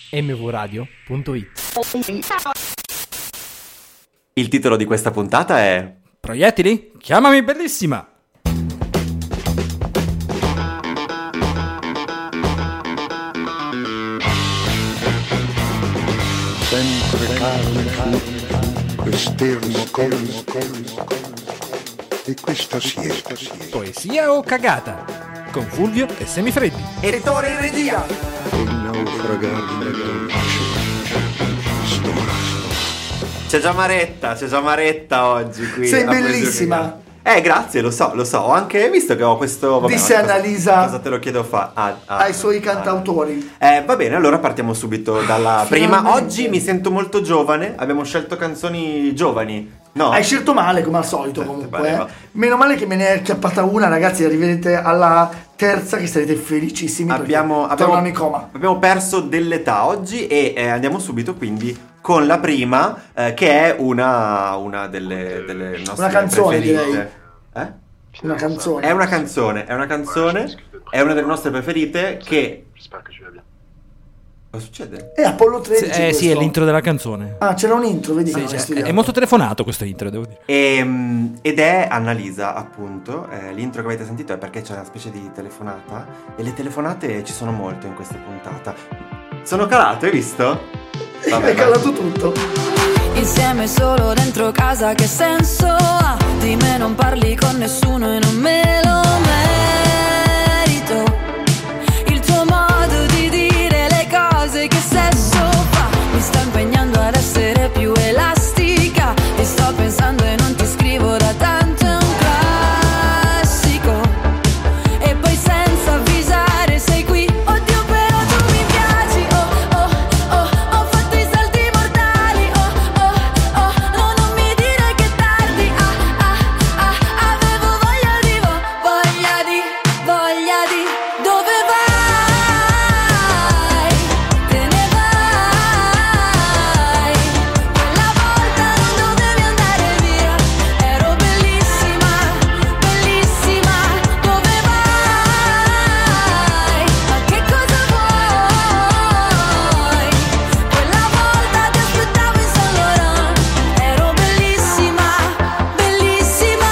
mvradio.it. Il titolo di questa puntata è Proiettili? Chiamami bellissima! Sempre calmo, quest'ermo colmo, e questa siesta. Poesia o cagata? Con Fulvio e Semifreddi. Editore in regia. Il naufragare dolce. C'è già Maretta oggi qui. Sei a Poesia bellissima. Cagata. Grazie, lo so. Ho anche visto che ho questo. Vabbè, Disse Annalisa cosa te lo chiedo ai suoi cantautori. Va bene, allora partiamo subito dalla prima. Finalmente. Oggi mi sento molto giovane. Abbiamo scelto canzoni giovani. No? Hai scelto male come al solito comunque. pareva. Meno male che me ne è acchiappata una, ragazzi. Arriverete alla terza che sarete felicissimi. Abbiamo tornano in coma. perso dell'età oggi e andiamo subito quindi con la prima che è una delle nostre Una canzone, preferite. direi. Una canzone. È una canzone, è una delle nostre preferite che... Cosa succede? È Apollo 13 Sì, questo. è l'intro della canzone. Ah, c'era un intro, vedi? Sì, che cioè, studiato. è molto telefonato questo intro, devo dire. Ed è Annalisa, appunto. L'intro che avete sentito è perché c'è una specie di telefonata. E le telefonate ci sono molto in questa puntata. Sono calato, hai visto? È calato tutto. Insieme solo dentro casa, che senso ha? Di me non parli con nessuno e non me lo merito. Il tuo modo di dire le cose, che sesso fa? Mi sto impegnando ad essere più elastica. Ti sto pensando e non ti scrivo da tanto, è un classico. E poi senza avvisare sei qui. Oddio, però tu mi piaci. Oh, oh, oh, ho fatto i salti mortali. Oh, oh, oh, no, non mi dire che tardi. Avevo voglia di dove vai? Te ne vai. Quella volta non dovevi andare via. Ero bellissima, bellissima. Dove vai? Ma che cosa vuoi? Quella volta ti aspettavo in Saint Laurent. Ero bellissima, bellissima.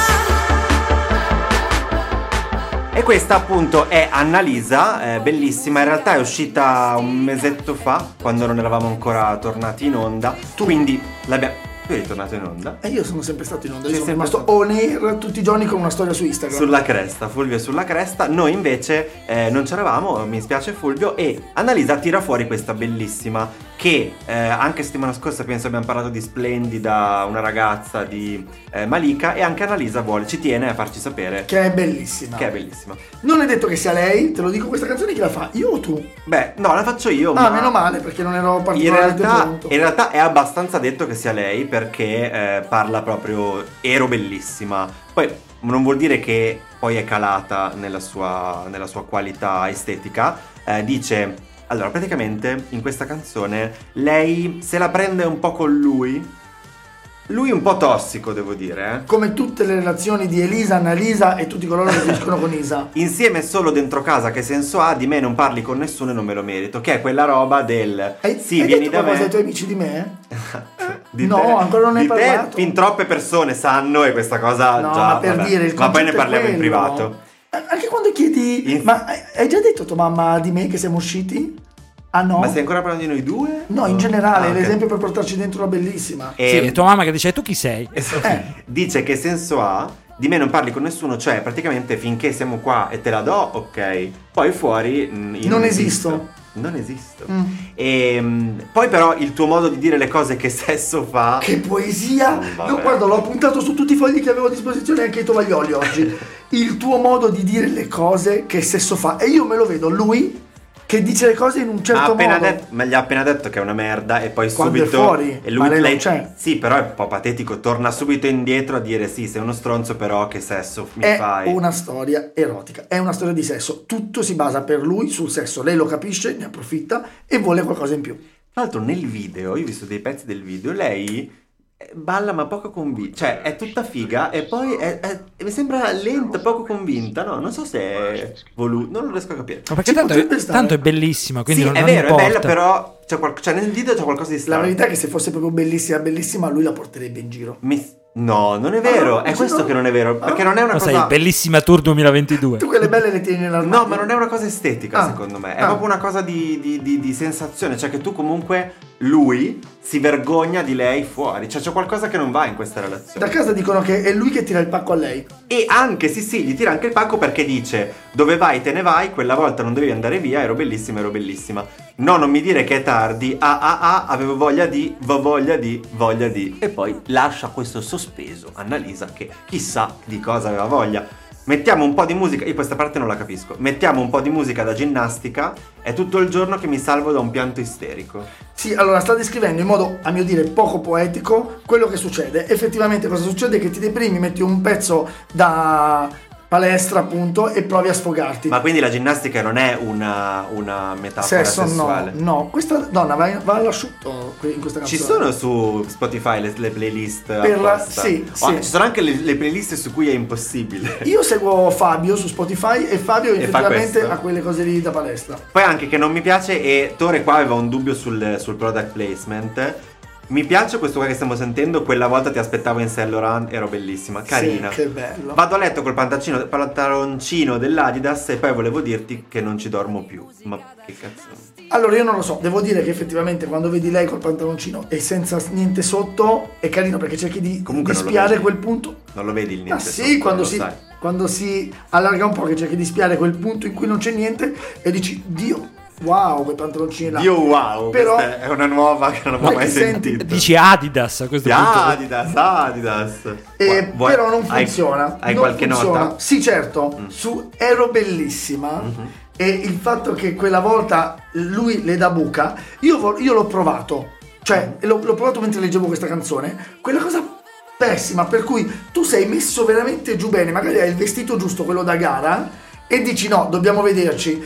E questa appunto è Annalisa, bellissima. In realtà è uscita un mesetto fa, quando non eravamo ancora tornati in onda. Quindi l'abbiamo... Tu eri tornato in onda? E io sono sempre stato in onda. Sei Io sono sempre rimasto on air tutti i giorni con una storia su Instagram. Sulla cresta, Fulvio è sulla cresta. Noi invece non c'eravamo, mi spiace Fulvio. E Annalisa tira fuori questa bellissima che anche settimana scorsa penso abbiamo parlato di Splendida, una ragazza di Malika. E anche Annalisa ci tiene a farci sapere Che è bellissima. che è bellissima. Non è detto che sia lei, te lo dico, questa canzone chi la fa? Io o tu? Beh, no, la faccio io. Ah, ma meno male, perché non ero In particolarmente pronto. realtà è abbastanza detto che sia lei, perché parla proprio ero bellissima. Poi non vuol dire che poi è calata nella sua qualità estetica. Dice, allora praticamente in questa canzone lei se la prende un po' con lui un po' tossico, devo dire. Come tutte le relazioni di Elisa, Annalisa e tutti coloro che finiscono con Isa. Insieme solo dentro casa, che senso ha? Di me non parli con nessuno e non me lo merito. Che è quella roba del Hai vieni detto da qualcosa me. ai tuoi amici di me? Di No, te- ancora non ne hai di te parlato. fin troppe persone sanno e questa cosa No, già ma per vabbè. dire il Ma poi ne concetto è parliamo in quello. privato. Anche quando chiedi ma hai già detto a tua mamma di me che siamo usciti? Ah no? Ma stai ancora parlando di noi due? No, in generale, Ah, ok. l'esempio per portarci dentro una bellissima. E- Sì, è tua mamma che dice tu chi sei? Dice che senso ha? Di me non parli con nessuno, cioè praticamente finché siamo qua e te la do, ok. Poi fuori io Non esisto. Non esisto. Poi però il tuo modo di dire le cose, che sesso fa? Che poesia! Vabbè. No, guarda, l'ho puntato su tutti i fogli che avevo a disposizione, anche i tovaglioli oggi. Il tuo modo di dire le cose, che sesso fa? E io me lo vedo, lui, che dice le cose in un certo modo. Ma gli ha appena detto che è una merda e poi Quando subito è fuori, e ma lei non c'è. Sì, però è un po' patetico, torna subito indietro a dire sì, sei uno stronzo, però che sesso mi È fai? una storia erotica, è una storia di sesso. Tutto si basa per lui sul sesso. Lei lo capisce, ne approfitta e vuole qualcosa in più. Tra l'altro nel video, io ho visto dei pezzi del video, lei balla ma poco convinta, cioè è tutta figa e poi mi sembra lenta, poco convinta, no? Non so se è voluto, non lo riesco a capire. Ma perché tanto è bellissima, quindi sì, non è vero, importa. è bella, però cioè nel video c'è qualcosa di La strano. verità è che se fosse proprio bellissima, lui la porterebbe in giro. No, non è vero, è sì, questo no. che non è vero, perché non è una Lo cosa... sai, bellissima tour 2022. Tu quelle belle le tieni nell'armadio. No, ma non è una cosa estetica, secondo me. È proprio una cosa di sensazione. Cioè che tu comunque, lui si vergogna di lei fuori. Cioè c'è qualcosa che non va in questa relazione. Da casa dicono che è lui che tira il pacco a lei. E anche, sì, gli tira anche il pacco perché dice: dove vai te ne vai, quella volta non dovevi andare via, ero bellissima. No, non mi dire che è tardi. Avevo voglia di. E poi lascia questo sospeso Annalisa che chissà di cosa aveva voglia. Mettiamo un po' di musica, io questa parte non la capisco. Mettiamo un po' di musica da ginnastica, è tutto il giorno che mi salvo da un pianto isterico. Sì, allora sta descrivendo in modo, a mio dire, poco poetico quello che succede. Effettivamente cosa succede? Che ti deprimi, metti un pezzo da palestra appunto e provi a sfogarti. Ma quindi la ginnastica non è una metafora Sesso sessuale? no, questa donna va all'asciutto in questa canzone. Ci sono su Spotify le playlist apposta? Sì. Ci sono anche le playlist su cui è impossibile. Io seguo Fabio su Spotify e Fabio effettivamente questo. ha quelle cose lì da palestra. Poi anche che non mi piace, e Tore qua aveva un dubbio sul product placement. Mi piace questo qua che stiamo sentendo. Quella volta ti aspettavo in Saint Laurent, ero bellissima, carina. Sì, che bello. Vado a letto col pantaloncino dell'Adidas e poi volevo dirti che non ci dormo più. Ma che cazzo. Allora io non lo so, devo dire che effettivamente quando vedi lei col pantaloncino e senza niente sotto è carino perché cerchi di Comunque non lo spiare vedi. quel punto. Non lo vedi il niente? Ah sì, sotto, quando si allarga un po' che cerchi di spiare quel punto in cui non c'è niente e dici Dio, wow, quei pantaloncini là. Dio wow, però questa è una nuova che non avevo mai sentito. Dici Adidas a questo punto. Adidas. Però non funziona. Hai non qualche funziona. nota? Sì, certo. Su Ero bellissima. E il fatto che quella volta lui le dà buca, io l'ho provato. Cioè, l'ho provato mentre leggevo questa canzone. Quella cosa pessima, per cui tu sei messo veramente giù bene, magari hai il vestito giusto, quello da gara, e dici no, dobbiamo vederci.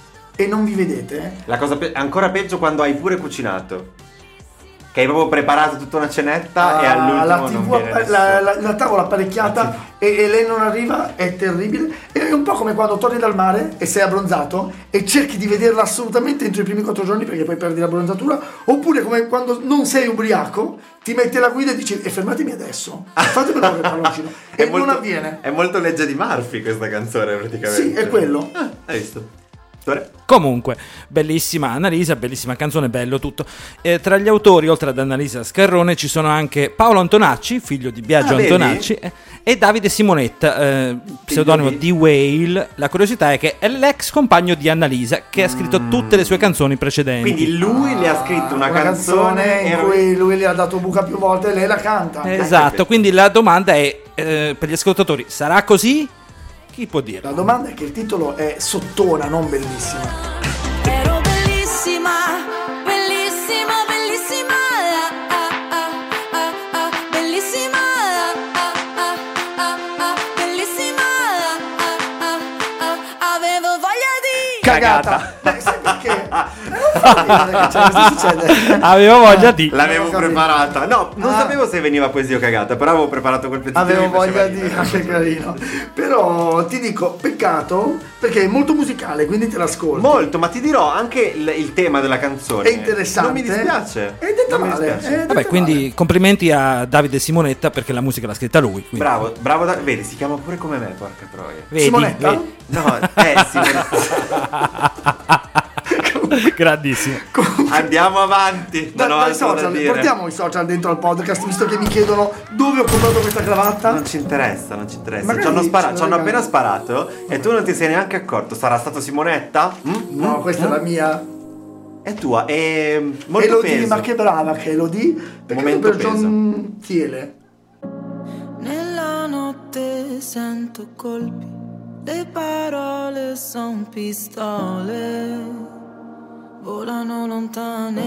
E non vi vedete? La cosa è ancora peggio quando hai pure cucinato. Che hai proprio preparato tutta una cenetta e all'ultimo la non TV, viene nessuno. la tavola apparecchiata e lei non arriva, è terribile. E è un po' come quando torni dal mare e sei abbronzato e cerchi di vederla assolutamente entro i primi 4 giorni perché poi perdi l'abbronzatura. Oppure come quando non sei ubriaco, ti metti alla guida e dici e fermatemi adesso, fatemelo con il palloncino. E non avviene. È molto Legge di Murphy questa canzone praticamente. Sì, è quello. Hai visto? Comunque, bellissima Annalisa, bellissima canzone, bello tutto. Tra gli autori, oltre ad Annalisa Scarrone, ci sono anche Paolo Antonacci, figlio di Biagio Antonacci, e Davide Simonetta, pseudonimo di Whale. La curiosità è che è l'ex compagno di Annalisa, che ha scritto tutte le sue canzoni precedenti. Quindi lui le ha scritto una canzone in cui lui le ha dato buca più volte e lei la canta. Esatto, quindi la domanda è, per gli ascoltatori, sarà così? Chi può dire? La domanda è che il titolo è sottona, non bellissima. Ero bellissima, bellissima, bellissima, bellissima, bellissima, avevo voglia di Cagata. Beh, sai perché? Cosa succede? Avevo voglia di. L'avevo capito. preparata. No, non sapevo se veniva poesia o cagata, però avevo preparato quel pezzettino. Avevo che mi faceva voglia di ridere. anche carino. Però ti dico, peccato, perché è molto musicale, quindi te l'ascolti. Molto, ma ti dirò anche il tema della canzone. È interessante. Non mi dispiace. È detta Non mi male. dispiace. È detta Vabbè, quindi male. complimenti a Davide Simonetta perché la musica l'ha scritta lui. Quindi. Bravo, vedi, si chiama pure come me, porca troia. Vedi, Simonetta? vedi. No, Simonetta. Grandissimo. Andiamo avanti. Non ho Dai altro da social, dire. portiamo i social dentro al podcast, visto che mi chiedono dove ho comprato questa cravatta. Non ci interessa, non ci interessa. Magari Ci hanno, ce lo ci hanno appena regali. sparato e tu non ti sei neanche accorto. Sarà stato Simonetta? No, questa è la mia. È tua. È molto Elodie, peso. ma che brava che Elodie. Peccato Momento per John Thiele. Nella notte sento colpi, le parole son pistole, volano lontane,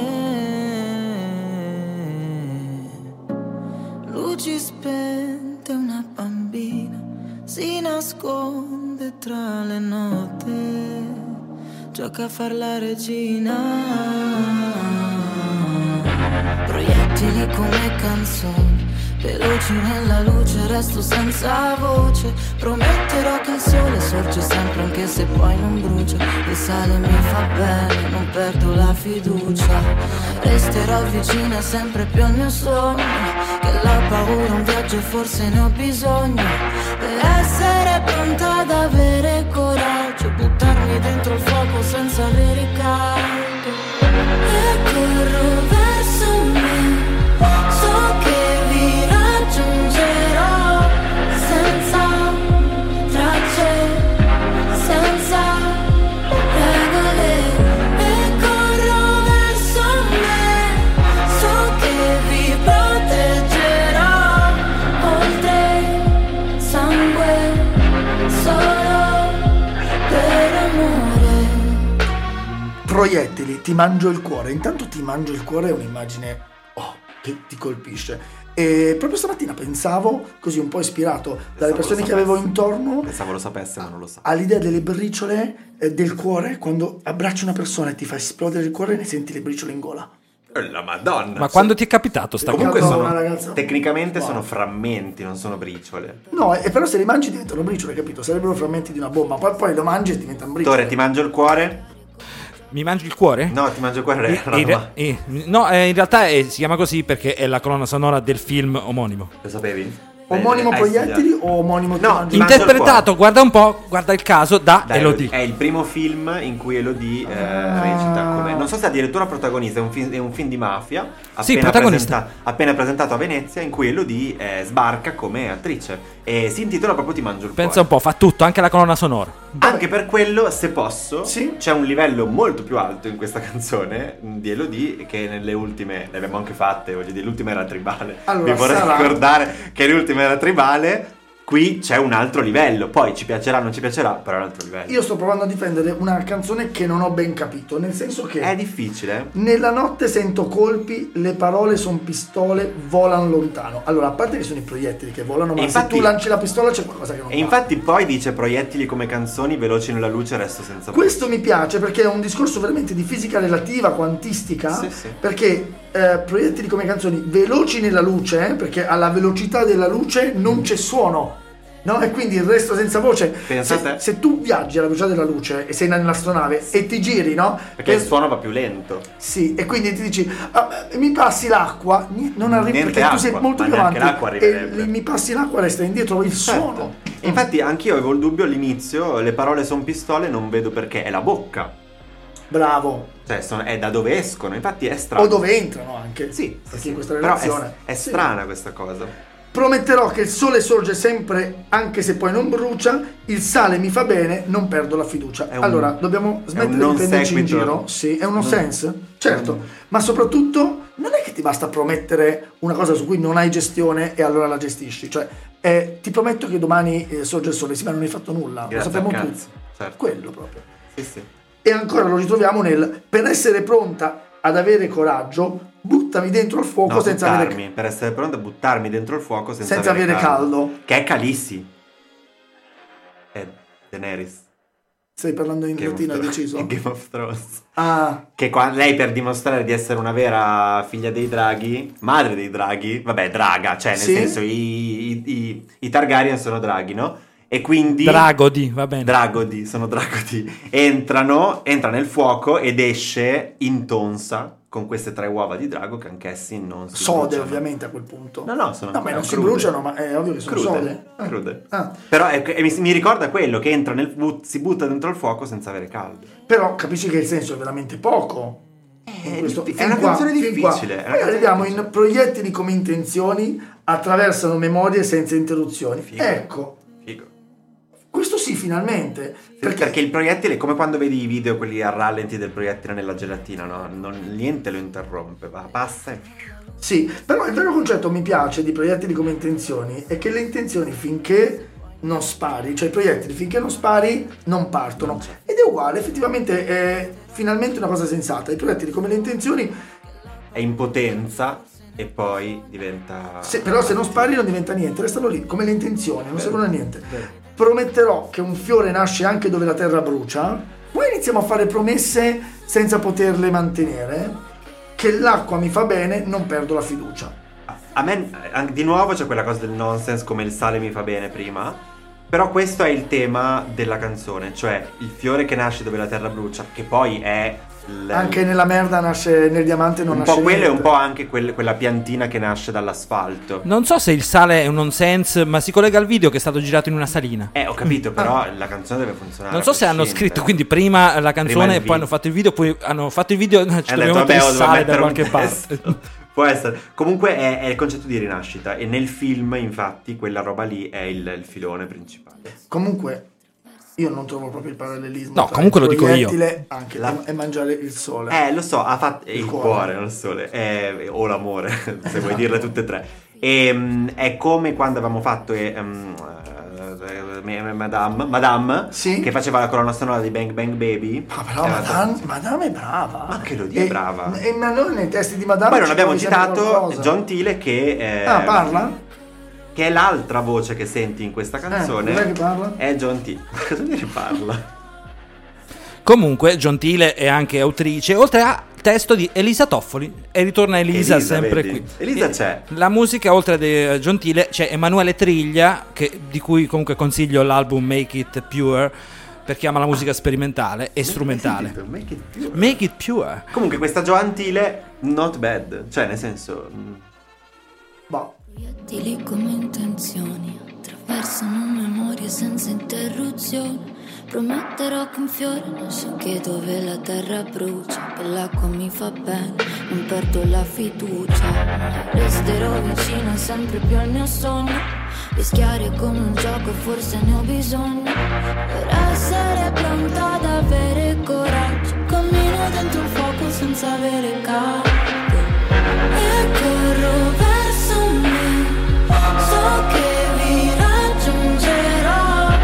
luci spente, una bambina si nasconde tra le note, gioca a far la regina, proiettili come canzoni Veloci nella luce, resto senza voce. Prometterò che il sole sorge sempre anche se poi non brucia. Il sale mi fa bene, non perdo la fiducia. Resterò vicina sempre più al mio sogno, che la paura un viaggio e forse ne ho bisogno. Per essere pronta ad avere coraggio, buttarmi dentro il fuoco senza avere caldo. E corro verso me, so che vi raggiungerò senza tracce, senza regole. E corro verso me, so che vi proteggerò oltre sangue, solo per amore. Proiettili, ti mangio il cuore. Intanto ti mangio il cuore è un'immagine che ti colpisce. E proprio stamattina pensavo, così un po' ispirato dalle persone che avevo intorno, Pensavo lo sapesse, ma non lo sa. all'idea delle briciole del cuore. Quando abbracci una persona e ti fa esplodere il cuore, ne senti le briciole in gola. La Madonna. Ma quando ti è capitato sta Comunque cosa? Una sono, ragazza- tecnicamente Wow. sono frammenti, non sono briciole. No, e però se li mangi diventano briciole, capito? Sarebbero frammenti di una bomba, poi lo mangi e diventano briciole. Tore, ti mangio il cuore? Mi mangi il cuore? No, ti mangio il cuore. In realtà si chiama così perché è la colonna sonora del film omonimo. Lo sapevi? Omonimo Hai proiettili studiato. o omonimo No, ti Ti mangi? mangio il Interpretato, guarda un po', guarda il caso, da Da Elodie. È il primo film in cui Elodie recita come... Non so se addirittura protagonista, è un film di mafia. Sì, protagonista. Appena presentato a Venezia, in cui Elodie sbarca come attrice. E si intitola proprio Ti mangio il Pensa cuore. un po', fa tutto, anche la colonna sonora. Anche per quello, se posso, Sì. c'è un livello molto più alto in questa canzone di Elodie, che nelle ultime, le abbiamo anche fatte, voglio dire, l'ultima era tribale. Allora, Vi vorrei sarà- ricordare che l'ultima era tribale, qui c'è un altro livello, poi ci piacerà, non ci piacerà, però è un altro livello. Io sto provando a difendere una canzone che non ho ben capito, nel senso che È difficile. nella notte sento colpi, le parole sono pistole, volano lontano. Allora, a parte che sono i proiettili che volano, ma E infatti- se tu lanci la pistola c'è qualcosa che non E va. infatti poi dice proiettili come canzoni, veloci nella luce, resto senza voce. Questo mi piace perché è un discorso veramente di fisica relativa, quantistica, Sì, sì. perché proiettili come canzoni veloci nella luce, perché alla velocità della luce non c'è suono, no? E quindi il resto senza voce. Pensa a te. Se tu viaggi alla velocità della luce e sei nell'astronave e ti giri, no? Perché il suono va più lento. Sì, e quindi ti dici mi passi l'acqua, non arrivi Niente perché tu sei acqua, molto ma più neanche avanti l'acqua e arriverebbe. mi passi l'acqua, resta indietro il suono. Certo. E infatti anch'io avevo il dubbio all'inizio, le parole sono pistole, non vedo perché, è la bocca. Bravo. Cioè è da dove escono, infatti è strano. O dove entrano anche. Sì, perché sì, in questa però relazione è Sì. strana questa cosa. Prometterò che il sole sorge sempre anche se poi non brucia, il sale mi fa bene, non perdo la fiducia. È un- Allora, dobbiamo è smettere un di non prenderci in sequitur. giro. Sì, è un no sense, certo, ma soprattutto non è che ti basta promettere una cosa su cui non hai gestione e allora la gestisci. Cioè, ti prometto che domani sorge il sole, sì, ma non hai fatto nulla, Grazie lo sappiamo al tutti. cazzo, certo. Quello proprio. Sì, sì. E ancora lo ritroviamo nel per essere pronta ad avere coraggio, buttami dentro il fuoco No, senza buttarmi, avere per essere pronto a buttarmi dentro il fuoco senza avere caldo. Che è Calissi. È Daenerys. Stai parlando in Game of latino, hai Thrones. deciso? Game of Thrones. Ah, Che lei per dimostrare di essere una vera figlia dei draghi, madre dei draghi, vabbè, draga, cioè nel Sì. senso i Targaryen sono draghi, no? E quindi Dragodi, va bene. Dragodi, sono dragodi. Entra nel fuoco ed esce intonsa con queste 3 uova di drago che anch'essi non si sode bruciano. ovviamente a quel punto. No, sono No, ma non si crude. bruciano, ma è ovvio che sono Crude, sode. crude. Ah. Però mi ricorda quello che entra si butta dentro il fuoco senza avere caldo. Però capisci che il senso è veramente poco. In questo- è fin una qua, canzone fin qua. difficile, è una Poi canzone arriviamo difficile. in proiettili come intenzioni, attraversano memorie senza interruzioni. Figo. Ecco, Figo. questo sì, finalmente. Perché il proiettile è come quando vedi i video quelli a rallenti del proiettile nella gelatina, no? Niente lo interrompe, passa e... Sì, però il vero concetto mi piace di proiettili come intenzioni è che le intenzioni finché non spari, cioè i proiettili finché non spari non partono. Ed è uguale, effettivamente è finalmente una cosa sensata. I proiettili come le intenzioni, è in potenza e poi diventa... però se non spari non diventa niente, restano lì come le intenzioni, non servono a niente. Prometterò che un fiore nasce anche dove la terra brucia. Poi iniziamo a fare promesse senza poterle mantenere. Che l'acqua mi fa bene, non perdo la fiducia. a me di nuovo c'è quella cosa del nonsense, come il sale mi fa bene prima. Però questo è il tema della canzone, cioè il fiore che nasce dove la terra brucia, che poi è anche nella merda nasce, nel diamante non nasce un po' quello niente. e un po' anche quella piantina che nasce dall'asfalto. Non so se il sale è un nonsense, ma si collega al video che è stato girato in una salina. Ho capito, però la canzone deve funzionare. Non so se hanno scritto quindi prima la canzone e poi hanno fatto il video, poi hanno fatto il video, ci dobbiamo mettere il sale da qualche parte. Può essere. Comunque è il concetto di rinascita, e nel film infatti quella roba lì è il filone principale. Comunque io non trovo proprio il parallelismo. No, comunque lo dico io. Anche e mangiare il sole. Lo so, ha fatto il cuore, non il sole, o l'amore, se vuoi dirle tutte e tre. È come quando avevamo fatto Madame, sì? Che faceva la colonna sonora di Bang Bang Baby. Ma però Madame è brava. Ma che lo dia, è brava. Ma noi nei testi di Madame poi non abbiamo citato John Thiele che parla? Che è l'altra voce che senti in questa canzone. Dov'è che parla? È John Thiele. Cosa dire parla? Comunque John Thiele è anche autrice, oltre a testo di Elisa Toffoli, e ritorna Elisa sempre vedi? qui. Elisa c'è. La musica, oltre a John Thiele, c'è Emanuele Triglia, di cui comunque consiglio l'album Make It Pure, perché ama la musica sperimentale e strumentale. Make It Pure. Comunque questa Joan Thiele not bad, cioè nel senso Proiettili come intenzioni attraversano memorie senza interruzione. Prometterò che un fiore nasce anche dove la terra brucia. Per l'acqua mi fa bene, non perdo la fiducia. Resterò vicino sempre più al mio sogno. Rischiare come un gioco, forse ne ho bisogno. Per essere pronta ad avere coraggio. Cammino dentro un fuoco senza avere caldo. E corro verso me. So che vi raggiungerò.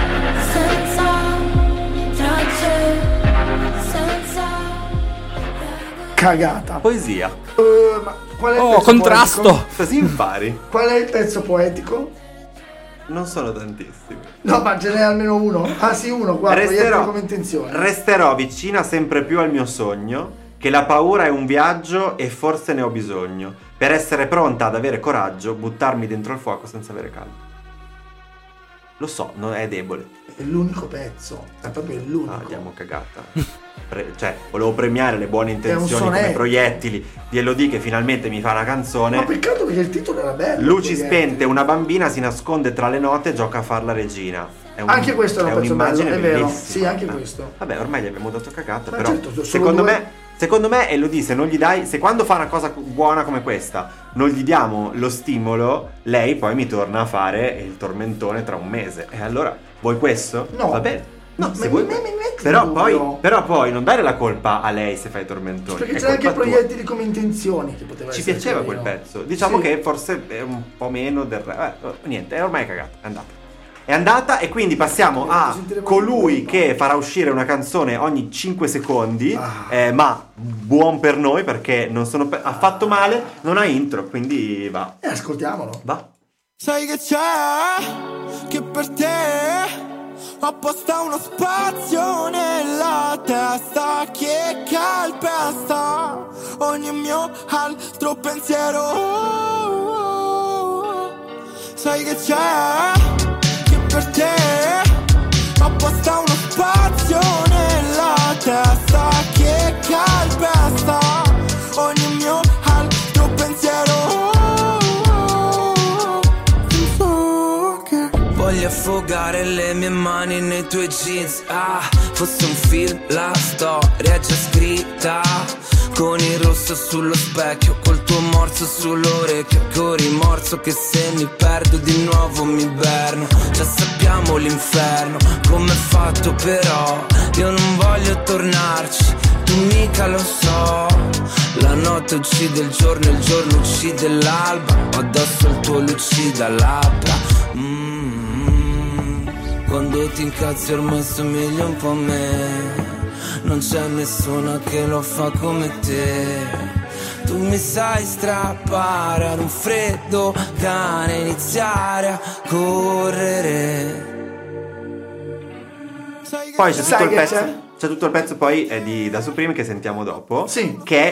Cagata. poesia. Ma qual è il pezzo contrasto. poetico? Così impari. Qual è il pezzo poetico? Non sono tantissimi. No, ma ce n'è almeno uno. Ah sì, uno, guarda, proiettili come intenzione. Resterò vicina sempre più al mio sogno, che la paura è un viaggio e forse ne ho bisogno, per essere pronta ad avere coraggio, buttarmi dentro il fuoco senza avere caldo. Lo so, non è debole. È l'unico pezzo, è proprio l'unico. Abbiamo cagata. Cioè, volevo premiare le buone intenzioni come sonetto. Proiettili di Elodie, che finalmente mi fa una canzone. Ma peccato perché il titolo era bello. Luci spente, una bambina si nasconde tra le note e gioca a far la regina. Anche questo era un pezzo bello, un'immagine è vero. bellissima. Sì, anche questo. Vabbè, ormai gli abbiamo dato cagata, Ma però certo, secondo me Elodie, se non gli dai, se quando fa una cosa buona come questa non gli diamo lo stimolo, lei poi mi torna a fare il tormentone tra un mese. E allora vuoi questo? No. Va bene. No, Ma se vuoi, però poi non dare la colpa a lei se fai tormentoni. Perché è c'era anche colpa tua. Proiettili come intenzioni che poteva Ci essere piaceva quel carino. pezzo. Diciamo Sì. che forse è un po' meno del niente, è ormai cagata, è andata, e quindi passiamo a colui che farà uscire una canzone ogni 5 secondi, ma buon per noi perché non sono ha fatto male, non ha intro, quindi va. Ascoltiamolo. Va. Sai che c'è, che per te ho apposta uno spazio nella testa che calpesta ogni mio altro pensiero. Sai che c'è, che per te ho apposta uno spazio nella testa che calpesta ogni mio altro pensiero. Voglio affogare le mie mani nei tuoi jeans. Fosse un film, la storia è già scritta. Con il rosso sullo specchio, col tuo morso sull'orecchio. Con rimorso che se mi perdo di nuovo mi inverno. Già sappiamo l'inferno, com'è fatto però. Io non voglio tornarci, tu mica lo so. La notte uccide il giorno uccide l'alba. Ho addosso il tuo lucida labbra. Quando ti incazzi ormai somiglia un po' a me. Non c'è nessuno che lo fa come te. Tu mi sai strappare ad un freddo cane, iniziare a correre. Poi c'è tutto il pezzo poi è da Supreme che sentiamo dopo. Sì. Che è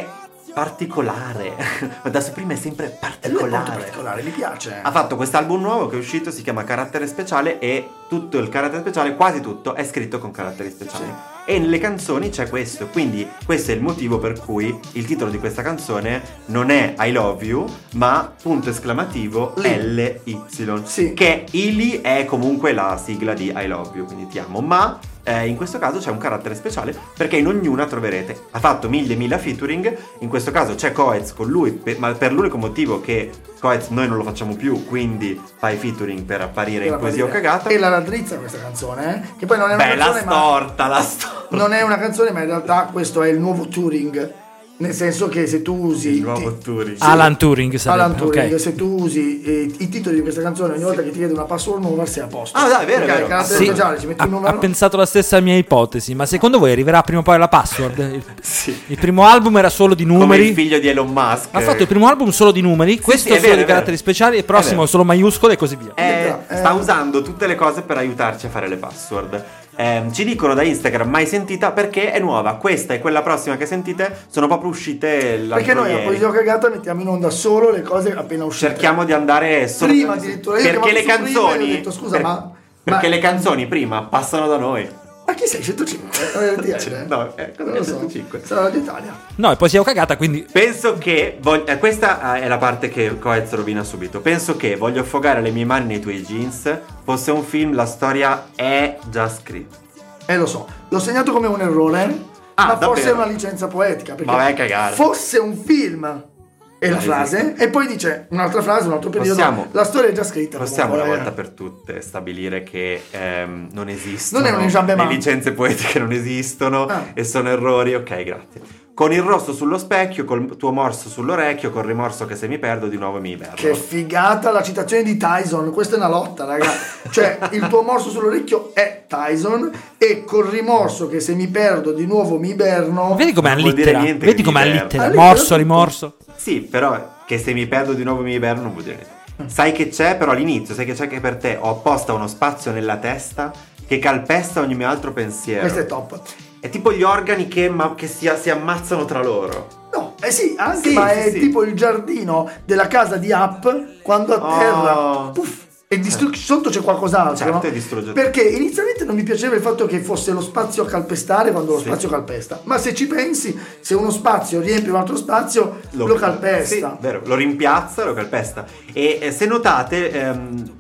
particolare. Da Supreme è sempre È particolare. molto particolare, mi piace. Ha fatto quest'album nuovo che è uscito, si chiama Carattere Speciale, e tutto il carattere speciale, quasi tutto, è scritto con caratteri speciali. Sì. E nelle canzoni c'è questo, quindi questo è il motivo per cui il titolo di questa canzone non è I Love You, ma punto esclamativo LY. Sì. Che ILY è comunque la sigla di I Love You, quindi ti amo, ma in questo caso c'è un carattere speciale perché in ognuna troverete. Ha fatto 1000 featuring, in questo caso c'è Coez con lui, ma per l'unico motivo che Coez noi non lo facciamo più, quindi fai featuring per apparire in Poesia o Cagata. E la raddrizza questa canzone, che poi non è una Beh, canzone, la storta. non è una canzone, ma in realtà questo è il nuovo Turing. Nel senso che se tu usi Il nuovo Turing. Alan Turing sarebbe. Alan Turing, ok. se tu usi i titoli di questa canzone ogni volta che ti chiede una password nuova sei a posto. Ah, dai, è vero, Perché è vero. il carattere Sì, speciale ci metti un ha numero. pensato la stessa mia ipotesi, ma secondo voi arriverà prima o poi la password? Sì. Il primo album era solo di Come numeri. il figlio di Elon Musk. Ha fatto il primo album solo di numeri, questo sì, è solo vero, di è vero. caratteri speciali, e il prossimo vero. solo maiuscole e così via. Sta usando tutte le cose per aiutarci a fare le password. Ci dicono da Instagram mai sentita perché è nuova. Questa e quella prossima che sentite sono proprio uscite l'altro Perché noi a ieri. Poesia o Cagata mettiamo in onda solo le cose appena uscite. Cerchiamo di andare solo Prima addirittura io perché le chiamavo su prima e canzoni ho detto, scusa, perché ma- le canzoni prima passano da noi. Ma chi sei? 105? No, cosa non è lo so. 105? Sarà d'Italia. No, e poi siamo cagata, quindi Penso che questa è la parte che Coez rovina subito. Penso che Voglio affogare le mie mani nei tuoi jeans fosse un film, la storia è già scritta. Lo so, l'ho segnato come un errore, ma forse davvero? è una licenza poetica. Perché Ma vai a cagare. fosse un film è la Non frase, esiste. e poi dice un'altra frase, un altro periodo. Possiamo- la storia è già scritta. Possiamo una comunque, volta per tutte stabilire che non esistono, Non è un enjambement. le licenze poetiche non esistono e sono errori. Ok, grazie. Con il rosso sullo specchio, col tuo morso sull'orecchio, col rimorso che se mi perdo di nuovo mi iberno. Che figata la citazione di Tyson, questa è una lotta, raga. Cioè, il tuo morso sull'orecchio è Tyson, e col rimorso che se mi perdo di nuovo mi iberno. vedi come Non vuol dire allittera. niente Vedi che come mi allittera. perdo. Morso, rimorso. Sì, però che se mi perdo di nuovo mi iberno non vuol dire niente. Sai che c'è, però all'inizio, sai che c'è che per te ho apposta uno spazio nella testa che calpesta ogni mio altro pensiero. Questo è top. È tipo gli organi che si ammazzano tra loro. No, sì, anche, Sì, ma sì, è sì. tipo il giardino della casa di App quando atterra, puff, e sotto c'è qualcos'altro, Certo, no? e distrugge. Perché inizialmente non mi piaceva il fatto che fosse lo spazio a calpestare quando lo Sì. spazio calpesta, ma se ci pensi, se uno spazio riempie un altro spazio, lo calpesta. Sì, vero, lo rimpiazza, lo calpesta. E se notate,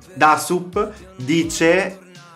Dasup dice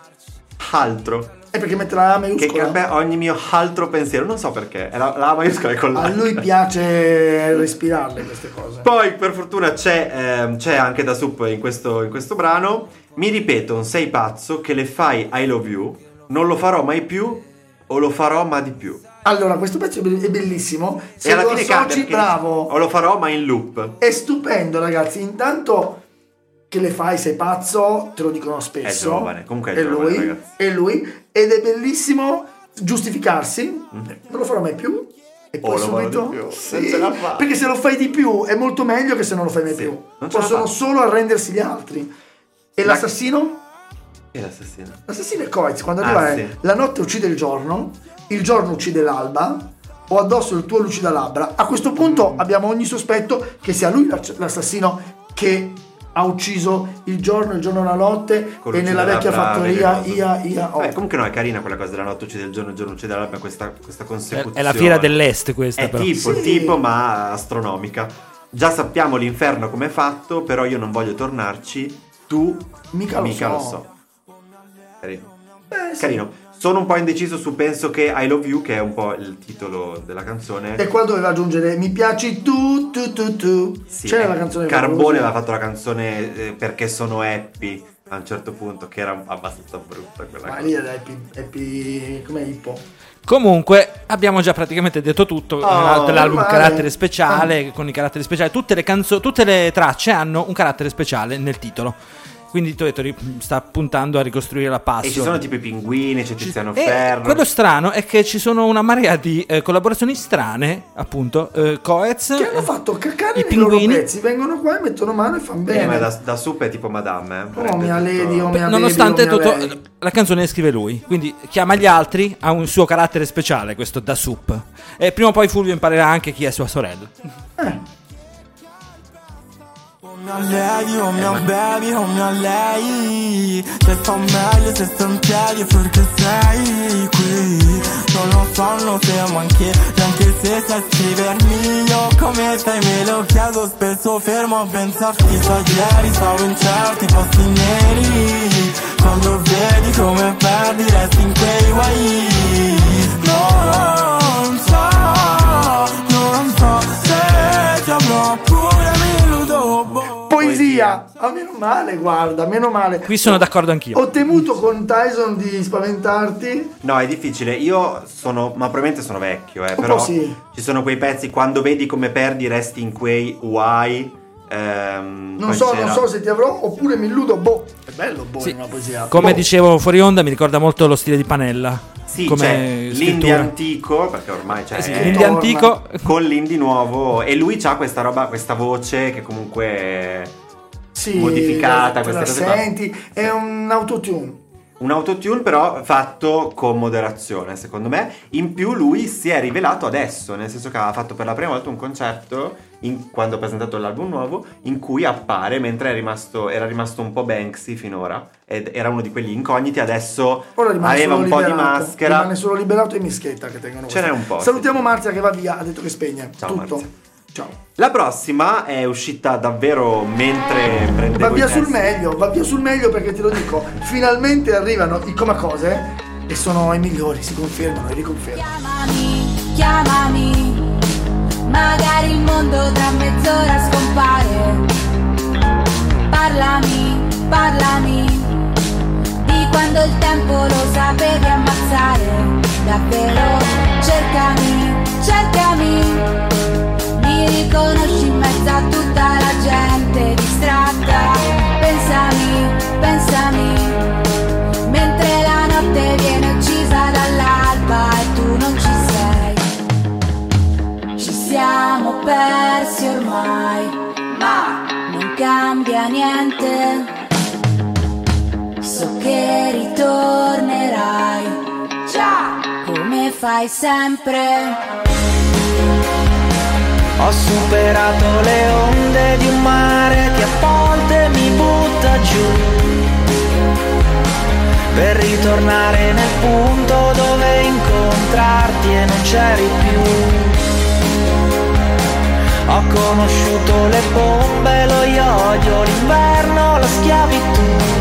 altro. È perché mette la A Che maiuscola. calpesta ogni mio altro pensiero. Non so perché. La A maiuscola è con la. A lui piace respirarle queste cose. Poi per fortuna c'è anche Dasup in questo brano. Mi ripeto, sei pazzo che le fai I love you. Non lo farò mai più, o lo farò ma di più. Allora, questo pezzo è bellissimo. Se E alla lo fine cambia, associ, perché bravo. O lo farò ma in loop. È stupendo, ragazzi. Intanto che le fai, sei pazzo, te lo dicono spesso. È giovane, comunque è giovane, lui, ragazzi. è lui, ed è bellissimo giustificarsi. Non lo farò mai più. E poi lo farò subito di più. sì, Non ce la fa. perché se lo fai di più è molto meglio che se non lo fai mai Sì, più. non ce la Possono fa. solo arrendersi gli altri. E l'assassino? E l'assassino. L'assassino è Coez, quando Ah, arriva sì. la notte uccide il giorno uccide l'alba, o addosso il tuo lucida labbra. A questo punto abbiamo ogni sospetto che sia lui l'assassino che ha ucciso il giorno e la notte, Con e lucida nella vecchia labbra, fattoria vedi oh. Beh, comunque no, è carina quella cosa della notte uccide il giorno uccide l'alba, questa consecuzione. È la fiera dell'est questa, È però. tipo, Sì. ma astronomica. Già sappiamo l'inferno com'è fatto, però io non voglio tornarci. Tu Mica lo so. lo so. Carino. Sì. Carino. Sono un po' indeciso su penso che I Love You, che è un po' il titolo della canzone. E qua doveva aggiungere mi piaci tu. Sì, C'era la canzone Carbone famosa. aveva fatto la canzone perché sono happy a un certo punto, che era abbastanza brutta quella Ma cosa. lì era happy come Hippo. Comunque abbiamo già praticamente detto tutto dell'album ormai. carattere speciale, con i caratteri speciali. Tutte le tracce hanno un carattere speciale nel titolo. quindi tu hai detto sta puntando a ricostruire la Passion. E ci sono tipo i pinguini, c'è Tiziano Ferro. Quello strano è che ci sono una marea di collaborazioni strane, appunto, Coez, che hanno fatto caccare i i loro pinguini. pezzi, vengono qua e mettono mano e fanno bene. Ma da Sup è tipo Madame. Oh mia lady, oh mia Nonostante baby, oh mia tutto, lei. la canzone la scrive lui, quindi chiama gli altri, ha un suo carattere speciale questo Da Sup. E prima o poi Fulvio imparerà anche chi è sua sorella. mia lady, oh mia baby, oh mia lei. Se fa meglio se sto in piedi perché sei qui. Non lo so, non fermo anche se sai scrivermi. Io come stai me lo chiedo spesso, fermo a pensarti. Sai ieri stavo in certi posti neri. Quando vedi come perdi resti in quei guai. Non so se ti avrò pure minuto. Poesia, meno male, guarda, meno male. Qui sono d'accordo anch'io. Ho temuto con Tyson di spaventarti. No, è difficile. Io sono, ma probabilmente sono vecchio, però sì. Ci sono quei pezzi quando vedi come perdi resti in quei why. Non so se ti avrò oppure mi illudo. È bello sì. Una poesia. Come dicevo fuori onda, mi ricorda molto lo stile di Panella. Sì, come c'è scrittura. l'indie antico, perché ormai c'è l'indie antico con l'indie nuovo, e lui c'ha questa roba, questa voce che comunque è modificata, queste cose qua. Senti, è un autotune. Un autotune però fatto con moderazione, secondo me. In più lui si è rivelato adesso, nel senso che aveva fatto per la prima volta un concerto quando ha presentato l'album nuovo, in cui appare, mentre era rimasto un po' Banksy finora, ed era uno di quegli incogniti. Adesso aveva un po' di maschera. Rimane solo Liberato e Mischetta che tengono ce n'è un po'. Salutiamo Marzia che va via, ha detto che spegne. Ciao, tutto. Marzia. Ciao. La prossima è uscita davvero mentre prendevo va via i testi. va via sul meglio, perché te lo dico, finalmente arrivano i Comacose e sono i migliori, si confermano e riconfermano. Chiamami, magari il mondo tra mezz'ora scompare. Parlami di quando il tempo lo sapevi ammazzare. Davvero, cercami. Mi riconosci in mezzo a tutta la gente distratta. Pensami, mentre la notte viene uccisa dall'alba e tu non ci sei. Ci siamo persi ormai, ma non cambia niente. So che ritornerai, già, come fai sempre. Ho superato le onde di un mare che a volte mi butta giù, per ritornare nel punto dove incontrarti e non c'eri più. Ho conosciuto le bombe, lo iodio, l'inverno, la schiavitù,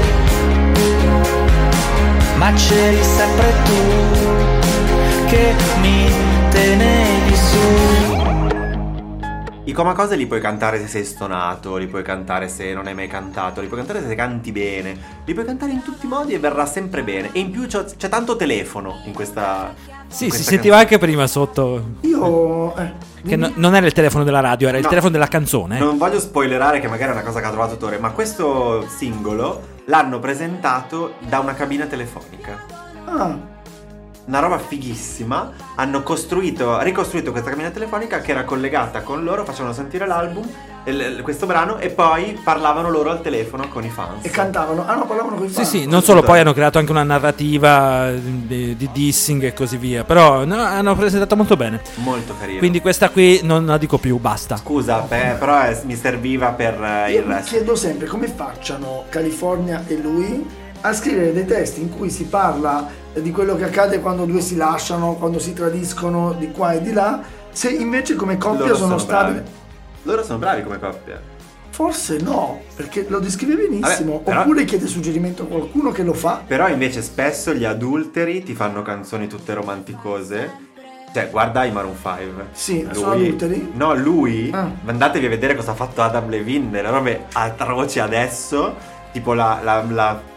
ma c'eri sempre tu che mi tenevi su. I Comacose li puoi cantare se sei stonato, li puoi cantare se non hai mai cantato, li puoi cantare se canti bene, li puoi cantare in tutti i modi e verrà sempre bene. E in più c'è tanto telefono in questa. Sì, si sentiva anche prima sotto. Che non era il telefono della radio, era il telefono della canzone. Non voglio spoilerare, che magari è una cosa che ha trovato Tore, ma questo singolo l'hanno presentato da una cabina telefonica. Una roba fighissima. Hanno ricostruito questa cabina telefonica che era collegata con loro, facevano sentire l'album, questo brano, e poi parlavano loro al telefono con i fans. E cantavano. Parlavano con i fans. Sì, non solo, poi hanno creato anche una narrativa di dissing e così via. Però hanno presentato molto bene. Molto carino. Quindi questa qui non la dico più, basta. Scusa, però mi serviva per il resto. Mi chiedo sempre come facciano California e lui a scrivere dei testi in cui si parla di quello che accade quando due si lasciano, quando si tradiscono di qua e di là, se invece come coppia Loro sono stabili. bravi. Loro sono bravi come coppia. Forse no, perché lo descrive benissimo. Vabbè, però, oppure chiede suggerimento a qualcuno che lo fa. Però invece spesso gli adulteri ti fanno canzoni tutte romanticose. Cioè, guarda i Maroon 5. Sì, sono adulteri? No, lui. Andatevi a vedere cosa ha fatto Adam Levine, delle robe atroci adesso. Tipo la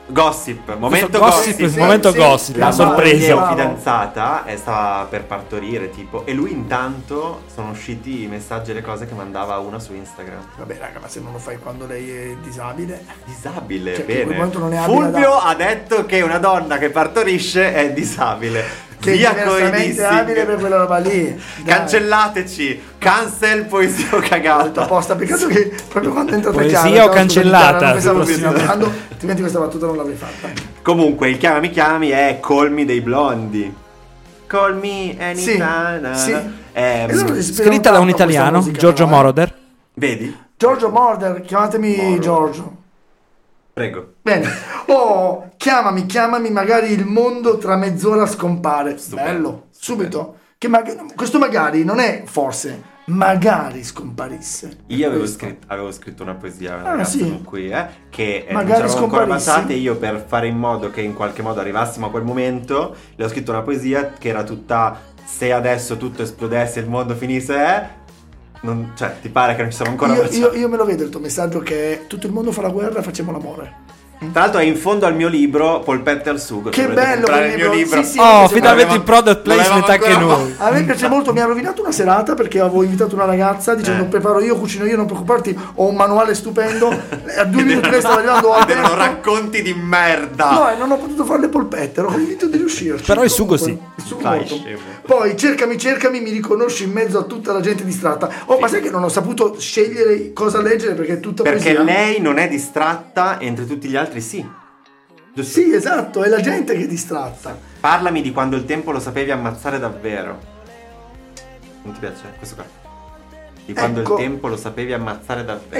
momento gossip, gossip. momento gossip, La la sorpresa. moglie o fidanzata stava per partorire tipo, e lui intanto sono usciti i messaggi e le cose che mandava una su Instagram. Vabbè raga, ma se non lo fai quando lei è disabile. Disabile, Cioè, che in quel bene. momento non è abile Fulvio da- ha detto che una donna che partorisce è disabile. Che è Via diversamente coi dissi. abile per quella roba lì. Dai. Cancellateci. Cancel poesia o Molto cagata. apposta, peccato che proprio quando è entrata Poesia Chiara, o stavo cancellata? studiando, non pensavo Subito. stessi parlando, altrimenti questa battuta non l'avrei fatta. Comunque il chiamami è Call Me dei Blondi. Call me anytime. Sì, sì. E loro si ispirano Scritta da un tanto a questa italiano, musica, Giorgio però, Moroder. Vedi? Giorgio Moroder, chiamatemi Moroder. Giorgio. Prego. Bene. Oh, chiamami, magari il mondo tra mezz'ora scompare. Stupendo, Bello, stupendo. subito. Questo magari non è forse, magari scomparisse. Io Questo. avevo scritto una poesia una Ah, ragazza sì. con cui che Magari non c'eravamo ancora scomparisse. passate. Io per fare in modo che in qualche modo arrivassimo a quel momento le ho scritto una poesia che era tutta: se adesso tutto esplodesse e il mondo finisse, cioè ti pare che non ci siamo ancora baciati? Io me lo vedo il tuo messaggio che è tutto il mondo fa la guerra, facciamo l'amore. Tra l'altro è in fondo al mio libro Polpette al sugo. Che se volete bello comprare quel il mio libro. libro. Sì, sì, Oh, mi finalmente il product placement volevamo anche ancora- noi. A me piace molto, mi ha rovinato una serata perché avevo invitato una ragazza dicendo preparo io, cucino io, non preoccuparti, ho un manuale stupendo. A 2 minuti lei stava arrivando a Erano racconti di merda. No, e non ho potuto fare le polpette, ero convinto di riuscirci. Però il sugo Comunque, sì. il sugo Fai molto. scemo. Poi cercami, mi riconosci in mezzo a tutta la gente distratta. Oh, ma sai che non ho saputo scegliere cosa leggere perché è tutta Perché poesia? lei non è distratta, mentre tutti gli altri sì. Giusto? Sì, esatto, è la gente che è distratta. Parlami di quando il tempo lo sapevi ammazzare davvero. Non ti piace? Questo qua. Di quando Ecco. il tempo lo sapevi ammazzare davvero. E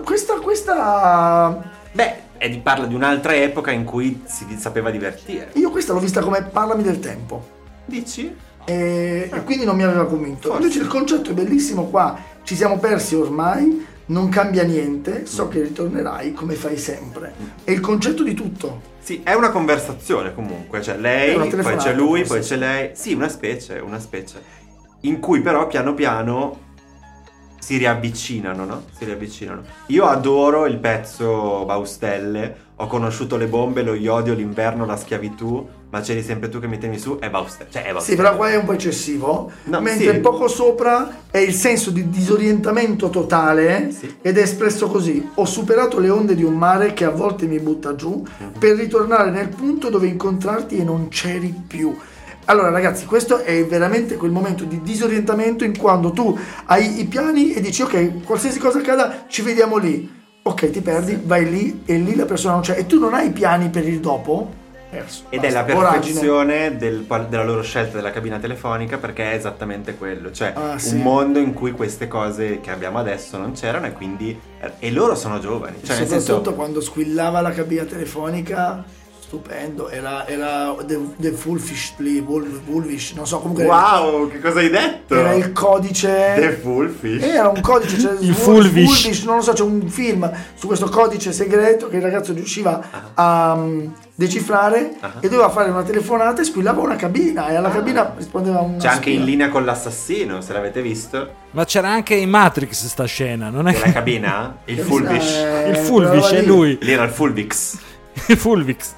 questa Beh, parla di un'altra epoca in cui si sapeva divertire. io questa l'ho vista come parlami del tempo. Dici? E quindi non mi aveva convinto. Forse. Invece il concetto è bellissimo qua, ci siamo persi ormai, non cambia niente, so che ritornerai come fai sempre. È il concetto di tutto. Sì, è una conversazione comunque. Cioè È lei, una poi telefonata, c'è lui, forse. poi c'è lei. Sì, una specie. In cui però piano piano si riavvicinano, no? Si riavvicinano. Io adoro il pezzo Baustelle. Ho conosciuto le bombe, lo iodio, l'inverno, la schiavitù, ma c'eri sempre tu che mi temi su. È Baustelle. Cioè, è Sì, Baustelle. però qua è un po' eccessivo, No, mentre sì. poco sopra è il senso di disorientamento totale Sì. ed è espresso così: ho superato le onde di un mare che a volte mi butta giù per ritornare nel punto dove incontrarti e non c'eri più. Allora ragazzi, questo è veramente quel momento di disorientamento in quando tu hai i piani e dici ok, qualsiasi cosa accada ci vediamo lì. Ok, ti perdi, vai lì e lì la persona non c'è e tu non hai piani per il dopo. Perso. Ed Basta. è la Voragine. perfezione della loro scelta della cabina telefonica, perché è esattamente quello, cioè Ah, sì. un mondo in cui queste cose che abbiamo adesso non c'erano, e quindi e loro sono giovani, cioè nel Soprattutto senso quando squillava la cabina telefonica, stupendo, era The Fullfish, Wolfish, non so, comunque wow, che cosa hai detto? era il codice. The Fullfish. Era un codice, cioè, Il Fullfish. non lo so, c'è un film su questo codice segreto che il ragazzo riusciva a decifrare e doveva fare una telefonata e squillava una cabina e alla cabina rispondeva un C'è anche In linea con l'assassino, se l'avete visto, Ma c'era anche in Matrix sta scena, non è della che... cabina, il Fullfish. Il Fulvish è lui. Lì era il Fulvix. Il Fulvix.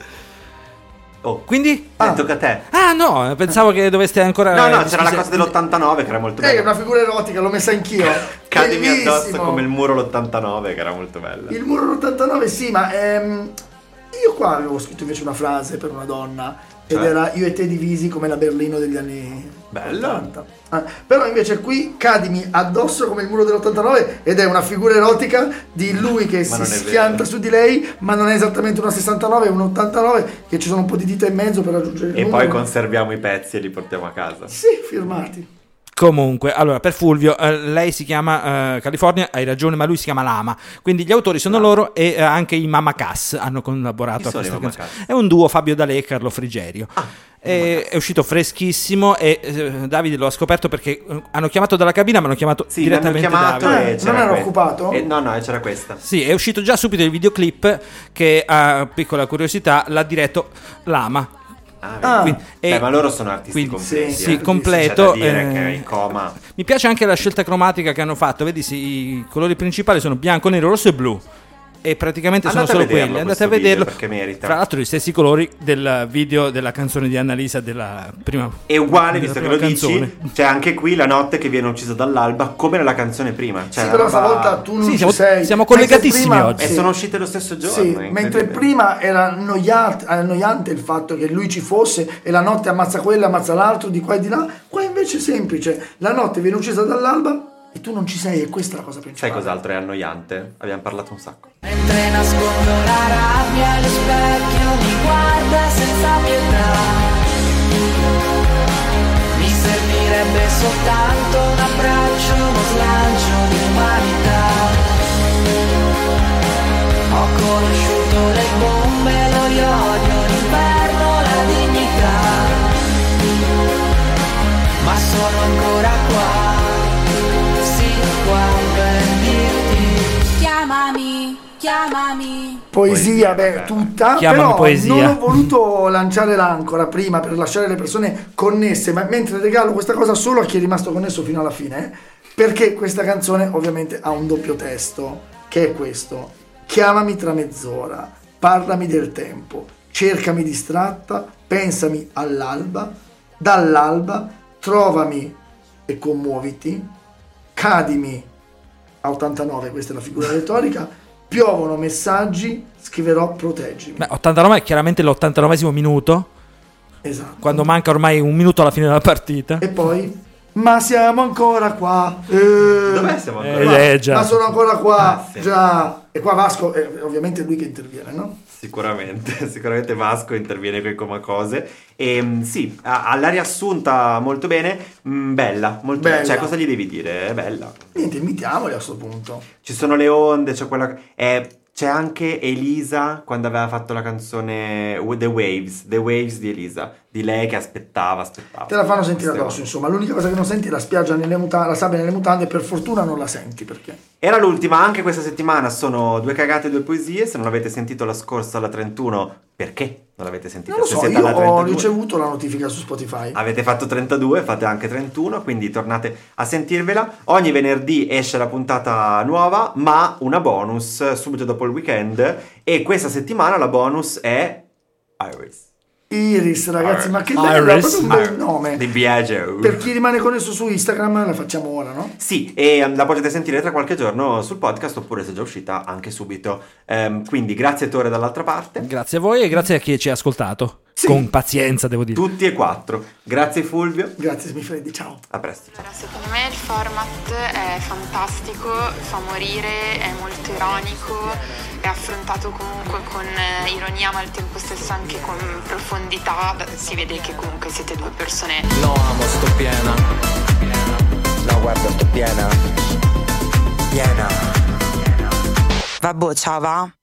Oh, Quindi? tocca a te. Ah no, pensavo che doveste ancora... No, c'era la cosa dell'89 che era molto è bella. una figura erotica, l'ho messa anch'io. Cadimi addosso Bellissimo. come il muro l'89, che era molto bella. Il muro l'89 sì, ma io qua avevo scritto invece una frase per una donna ed Cioè? era io e te divisi come la Berlino degli anni Bello. 80. Però invece qui cadimi addosso come il muro dell'89 ed è una figura erotica di lui che Ma non si è schianta vero. su di lei, ma non è esattamente una 69, è un 89 che ci sono un po' di dita in mezzo per raggiungere il E numero. poi conserviamo i pezzi e li portiamo a casa. Sì, firmati. Comunque, allora, per Fulvio, lei si chiama California, hai ragione, ma lui si chiama Lama. Quindi gli autori sono loro e anche i Mamma Cass hanno collaborato Chi a sono i questa Mamma canzone. Cass? È un duo, Fabio D'Alè e Carlo Frigerio. È uscito freschissimo e Davide lo ha scoperto perché hanno chiamato dalla cabina, ma hanno chiamato Sì, l'hanno direttamente chiamato Davide. e non c'era era questa. occupato? No, c'era questa. Sì, è uscito già subito il videoclip che, a piccola curiosità, l'ha diretto Lama. Vedi. Quindi- Ma loro sono artisti quindi- completi. sì, C'è completo. da dire che è in coma. Mi piace anche la scelta cromatica che hanno fatto. Vedi, sì, i colori principali sono bianco, nero, rosso e blu. e praticamente Andate sono a solo vederlo quelli. Andate a questo video, vederlo, perché merita. Tra l'altro gli stessi colori del video della canzone di Annalisa della prima. E uguale, della visto che prima lo canzone. dici, c'è anche qui la notte che viene uccisa dall'alba, come nella canzone prima. Cioè, Sì, però roba- stavolta tu non Sì, ci sei. siamo Mentre collegatissimi prima- oggi. E sono uscite lo stesso giorno. Sì, è mentre incredibile. prima era annoiante il fatto che lui ci fosse e la notte ammazza quello, ammazza l'altro, di qua e di là. Qua invece è semplice, la notte viene uccisa dall'alba e tu non ci sei, e questa è la cosa principale. Sai cos'altro è annoiante? Abbiamo parlato un sacco. Mentre nascondo la rabbia allo specchio mi guarda senza pietà. Mi servirebbe soltanto un abbraccio, uno slancio di umanità. Ho conosciuto le bombe, lo iodio, l'inverno, la dignità. Ma sono ancora qua, sì, qua per dirti chiamami, chiamami. Poesia, beh, tutta. Chiamami però poesia. non ho voluto lanciare l'ancora prima per lasciare le persone connesse, ma mentre regalo questa cosa solo a chi è rimasto connesso fino alla fine, perché questa canzone ovviamente ha un doppio testo, che è questo: chiamami tra mezz'ora, parlami del tempo, cercami distratta, pensami all'alba, dall'alba trovami e commuoviti, cadimi a 89, questa è la figura retorica, piovono messaggi, scriverò proteggimi. Beh, 89 è chiaramente l'89esimo minuto, Esatto. quando manca ormai un minuto alla fine della partita. E poi, ma siamo ancora qua. Dov'è siamo ancora? Ma, Già. ma sono ancora qua, Ah, sì. già. E qua Vasco è ovviamente lui che interviene, no? Sicuramente Vasco interviene qui come cose. E sì, alla riassunta molto bene, bella, molto Bella. bella. Cioè, cosa gli devi dire? È bella. Niente, imitiamoli a sto punto. Ci sono le onde, c'è quella. C'è anche Elisa quando aveva fatto la canzone The Waves di Elisa, di lei che aspettava. Te la fanno sentire Queste addosso, onde. insomma. L'unica cosa che non senti è la spiaggia nelle la sabbia nelle mutande, per fortuna non la senti, perché Era l'ultima, anche questa settimana sono 2 cagate e 2 poesie. Se non avete sentito la scorsa, la 31, perché non l'avete sentita? non lo Se so, siete io alla ho 32. ricevuto la notifica su Spotify. Avete fatto 32, fate anche 31, quindi tornate a sentirvela. Ogni venerdì esce la puntata nuova, ma una bonus subito dopo il weekend. E questa settimana la bonus è Iris, ragazzi, Iris. ma che bello, è proprio un bel Iris. nome. Di Biagio. Per chi rimane connesso su Instagram la facciamo ora, no? Sì, e la potete sentire tra qualche giorno sul podcast, oppure se è già uscita anche subito. Quindi grazie Tore dall'altra parte. Grazie a voi e grazie a chi ci ha ascoltato. Sì. Con pazienza, devo dire. Tutti e 4. Grazie Fulvio. Grazie Smifreddi, ciao. A presto. Secondo me il format è fantastico, fa morire, è molto ironico, è affrontato comunque con ironia ma al tempo stesso anche con profondità. Si vede che comunque siete 2 persone. No amo, sto piena. No guarda, sto piena. Vabbè, ciao va.